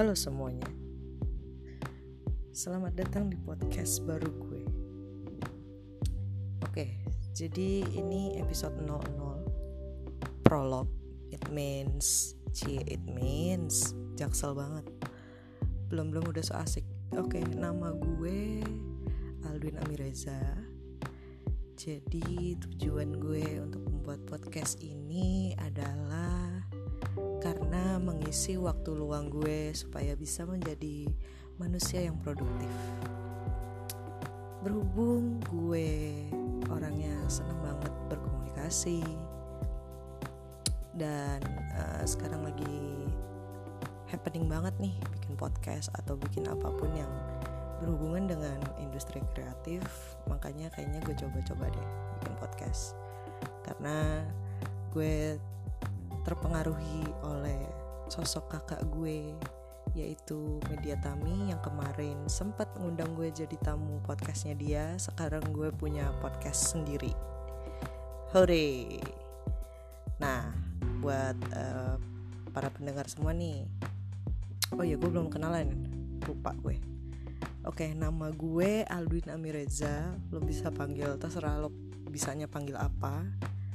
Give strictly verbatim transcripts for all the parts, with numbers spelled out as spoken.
Halo semuanya, selamat datang di podcast baru gue. Oke, jadi ini episode nol nol prolog. It means, cie it means Jaksel banget. Belum-belum udah so asik. Oke, nama gue Aldwin Amireza. Jadi tujuan gue untuk membuat podcast ini adalah karena mengisi waktu luang gue supaya bisa menjadi manusia yang produktif. Berhubung gue orangnya seneng banget berkomunikasi dan uh, sekarang lagi happening banget nih bikin podcast atau bikin apapun yang berhubungan dengan industri kreatif, makanya kayaknya gue coba-coba deh bikin podcast karena gue terpengaruhi oleh sosok kakak gue yaitu Media Tami yang kemarin sempat ngundang gue jadi tamu podcastnya dia. Sekarang gue punya podcast sendiri. Hore. Nah, buat uh, para pendengar semua nih. Oh ya, gue belum kenalan, lupa gue. Oke, nama gue Aldwin Amireza. Lo bisa panggil, terserah lo bisanya panggil apa.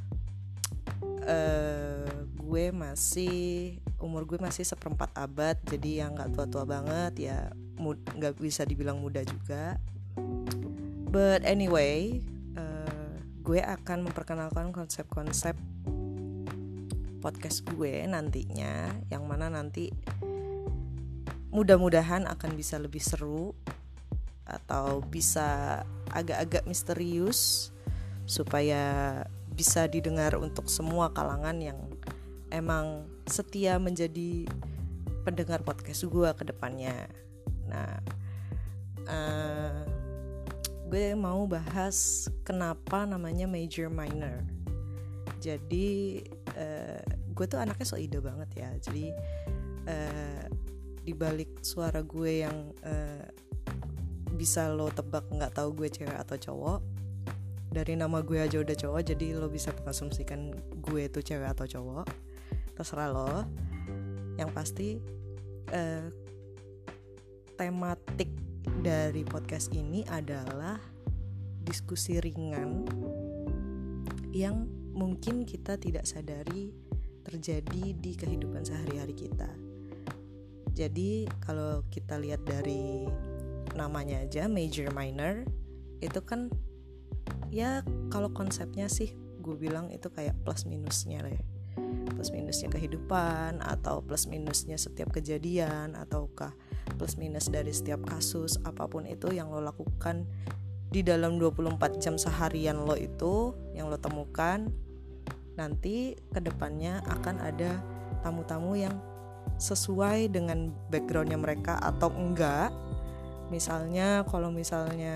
Uh, gue masih umur gue masih seperempat abad, jadi yang nggak tua-tua banget ya, nggak mud, bisa dibilang muda juga. But anyway, uh, gue akan memperkenalkan konsep-konsep podcast gue nantinya, yang mana nanti mudah-mudahan akan bisa lebih seru atau bisa agak-agak misterius supaya bisa didengar untuk semua kalangan yang emang setia menjadi pendengar podcast gue ke depannya. Nah, uh, gue mau bahas kenapa namanya major minor. Jadi uh, gue tuh anaknya so ide banget ya. Jadi uh, dibalik suara gue yang uh, bisa lo tebak nggak tahu gue cewek atau cowok. Dari nama gue aja udah cowok, jadi lo bisa mengasumsikan gue tuh cewek atau cowok, terserah lo. Yang pasti eh, tematik dari podcast ini adalah diskusi ringan yang mungkin kita tidak sadari terjadi di kehidupan sehari-hari kita. Jadi kalau kita lihat dari namanya aja, major minor, itu kan ya kalau konsepnya sih gue bilang itu kayak plus minusnya lah ya. Plus minusnya kehidupan, atau plus minusnya setiap kejadian, ataukah plus minus dari setiap kasus apapun itu yang lo lakukan di dalam dua puluh empat jam seharian lo itu, yang lo temukan. Nanti kedepannya akan ada tamu-tamu yang sesuai dengan backgroundnya mereka atau enggak. Misalnya kalau misalnya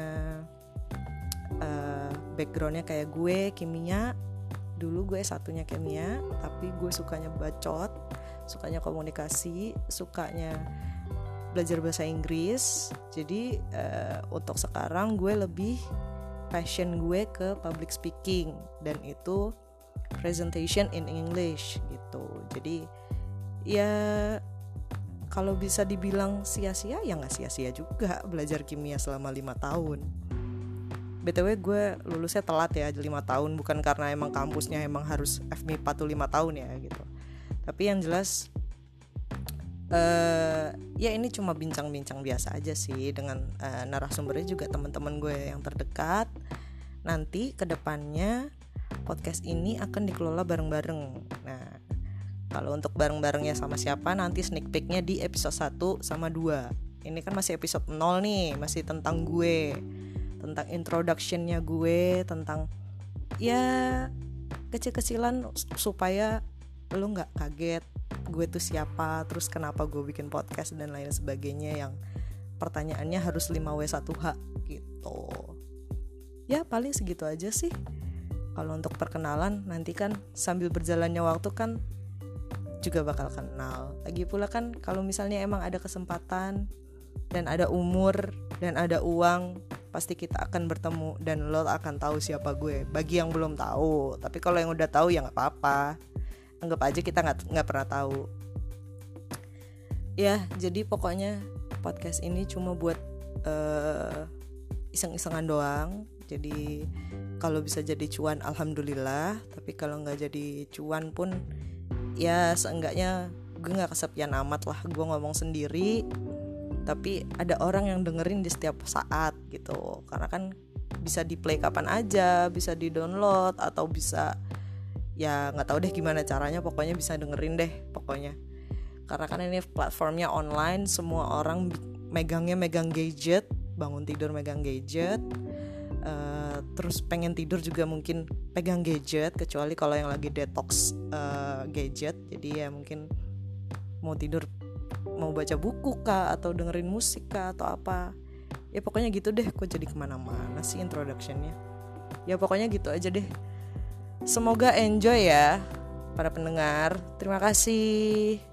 uh, backgroundnya kayak gue kimia, dulu gue satunya kimia, tapi gue sukanya bacot, sukanya komunikasi, sukanya belajar bahasa Inggris. Jadi uh, untuk sekarang gue lebih passion gue ke public speaking, dan itu presentation in English gitu. Jadi ya kalau bisa dibilang sia-sia ya gak sia-sia juga belajar kimia selama lima tahun. B T W gue lulusnya telat ya, lima tahun, bukan karena emang kampusnya emang harus F M I P A tuh lima tahun ya gitu. Tapi yang jelas uh, ya ini cuma bincang-bincang biasa aja sih dengan uh, narasumbernya juga teman-teman gue yang terdekat. Nanti kedepannya podcast ini akan dikelola bareng-bareng. Nah, kalau untuk bareng-barengnya sama siapa, nanti sneak peeknya di episode satu sama dua. Ini kan masih episode nol nih, masih tentang gue, tentang introductionnya gue, tentang ya kecil-kecilan supaya lo gak kaget gue tuh siapa, terus kenapa gue bikin podcast dan lain sebagainya, yang pertanyaannya harus lima W satu H gitu. Ya paling segitu aja sih. Kalau untuk perkenalan, nanti kan sambil berjalannya waktu kan juga bakal kenal. Lagi pula kan kalau misalnya emang ada kesempatan dan ada umur dan ada uang, pasti kita akan bertemu dan lo akan tahu siapa gue. Bagi yang belum tahu, tapi kalau yang udah tahu ya nggak apa-apa. Anggap aja kita nggak nggak pernah tahu. Ya, jadi pokoknya podcast ini cuma buat uh, iseng-isengan doang. Jadi kalau bisa jadi cuan alhamdulillah, tapi kalau nggak jadi cuan pun ya seenggaknya gue nggak kesepian amat lah. Gue ngomong sendiri, tapi ada orang yang dengerin di setiap saat gitu. Karena kan bisa di play kapan aja, bisa di download atau bisa ya nggak tahu deh gimana caranya, pokoknya bisa dengerin deh pokoknya. Karena kan ini platformnya online, semua orang megangnya megang gadget, bangun tidur megang gadget, uh, terus pengen tidur juga mungkin pegang gadget, kecuali kalau yang lagi detox uh, gadget. Jadi ya mungkin mau tidur mau baca buku kah, atau dengerin musik kah, atau apa. Ya pokoknya gitu deh, kok jadi kemana-mana sih introductionnya. Ya pokoknya gitu aja deh. Semoga enjoy ya para pendengar. Terima kasih.